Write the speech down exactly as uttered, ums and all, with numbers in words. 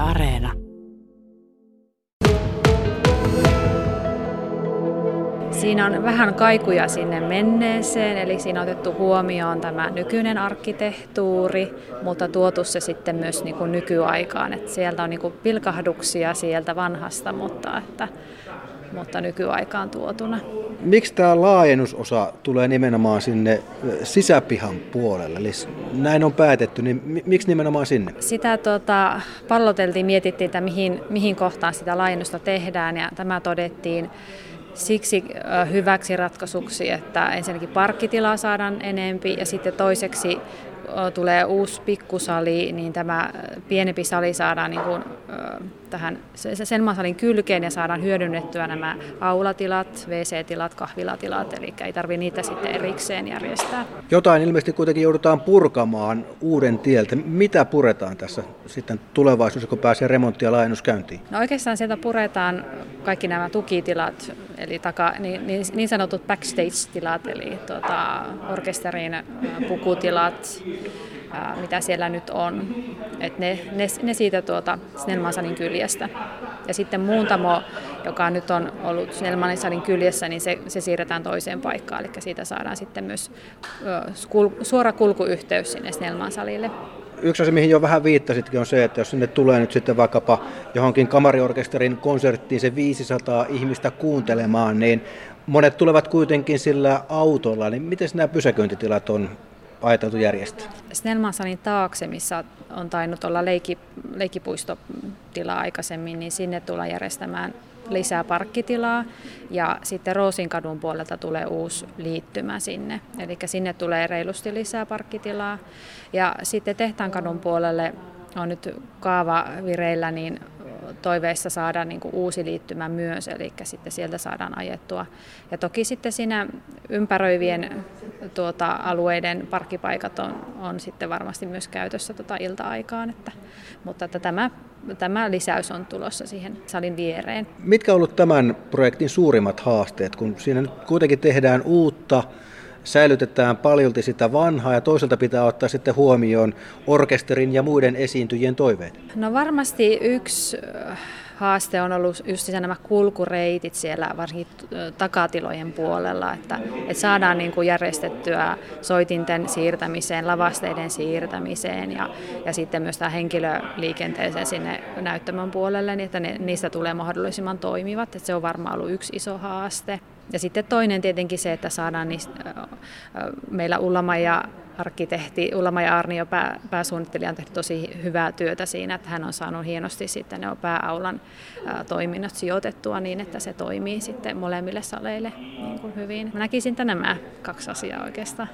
Areena. Siinä on vähän kaikuja sinne menneeseen, eli siinä on otettu huomioon tämä nykyinen arkkitehtuuri, mutta tuotu se sitten myös niin kuin nykyaikaan. Että sieltä on niin kuin pilkahduksia sieltä vanhasta, mutta, että, mutta nykyaikaan tuotuna. Miksi tämä laajennusosa tulee nimenomaan sinne sisäpihan puolelle? Eli näin on päätetty, niin miksi nimenomaan sinne? Sitä tuota, palloteltiin, mietittiin, että mihin, mihin kohtaan sitä laajennusta tehdään, ja tämä todettiin siksi hyväksi ratkaisuksi, että ensinnäkin parkkitilaa saadaan enempi ja sitten toiseksi tulee uusi pikkusali, niin tämä pienempi sali saadaan niin kuin tähän Snellman salin kylkeen ja saadaan hyödynnettyä nämä aulatilat, wee see-tilat, kahvilatilat, eli ei tarvitse niitä sitten erikseen järjestää. Jotain ilmeisesti kuitenkin joudutaan purkamaan uuden tieltä. Mitä puretaan tässä sitten tulevaisuudessa, kun pääsee remontti ja laajennus käyntiin? No oikeastaan sieltä puretaan kaikki nämä tukitilat, eli taka, niin, niin, niin sanotut backstage-tilat, eli tuota, orkesterin pukutilat, ää, mitä siellä nyt on. Et ne, ne, ne siitä tuota Snellman salin kyljestä. Ja sitten muuntamo, joka nyt on ollut Snellmanin salin kyljessä, niin se, se siirretään toiseen paikkaan. Eli siitä saadaan sitten myös ö, suora kulkuyhteys sinne Snellman salille. Yksi asia, mihin jo vähän viittasitkin, on se, että jos sinne tulee nyt sitten vaikkapa johonkin kamariorkesterin konserttiin se viisisataa ihmistä kuuntelemaan, niin monet tulevat kuitenkin sillä autolla. Niin miten nämä pysäköintitilat on ajateltu järjestää? Snellman salin taakse, missä on tainnut olla leikki, leikkipuistotila aikaisemmin, niin sinne tullaan järjestämään lisää parkkitilaa ja sitten Roosinkadun puolelta tulee uusi liittymä sinne. Eli sinne tulee reilusti lisää parkkitilaa. Ja sitten Tehtaankadun puolelle on nyt kaava vireillä, niin toiveissa saadaan niin kuin uusi liittymä myös, eli sitten sieltä saadaan ajettua. Ja toki sitten siinä ympäröivien tuota, alueiden parkkipaikat on, on sitten varmasti myös käytössä tuota ilta-aikaan, että, mutta että tämä, tämä lisäys on tulossa siihen salin viereen. Mitkä on ollut tämän projektin suurimmat haasteet, kun siinä nyt kuitenkin tehdään uutta, säilytetään paljolti sitä vanhaa ja toisaalta pitää ottaa sitten huomioon orkesterin ja muiden esiintyjien toiveet? No varmasti yksi haaste on ollut just nämä kulkureitit siellä varsinkin takatilojen puolella, että, että saadaan niin kuin järjestettyä soitinten siirtämiseen, lavasteiden siirtämiseen ja, ja sitten myös tämä henkilöliikenteeseen sinne näyttämön puolelle, niin että ne, niistä tulee mahdollisimman toimivat. Että se on varmaan ollut yksi iso haaste. Ja sitten toinen tietenkin se, että saadaan niistä, meillä Ullamaija arkkitehti, Ullamaija Arnio pää, pääsuunnittelija on tehnyt tosi hyvää työtä siinä, että hän on saanut hienosti sitten ne pääaulan ää, toiminnot sijoitettua niin, että se toimii sitten molemmille saleille niin kuin hyvin. Mä näkisin, että nämä kaksi asiaa oikeastaan.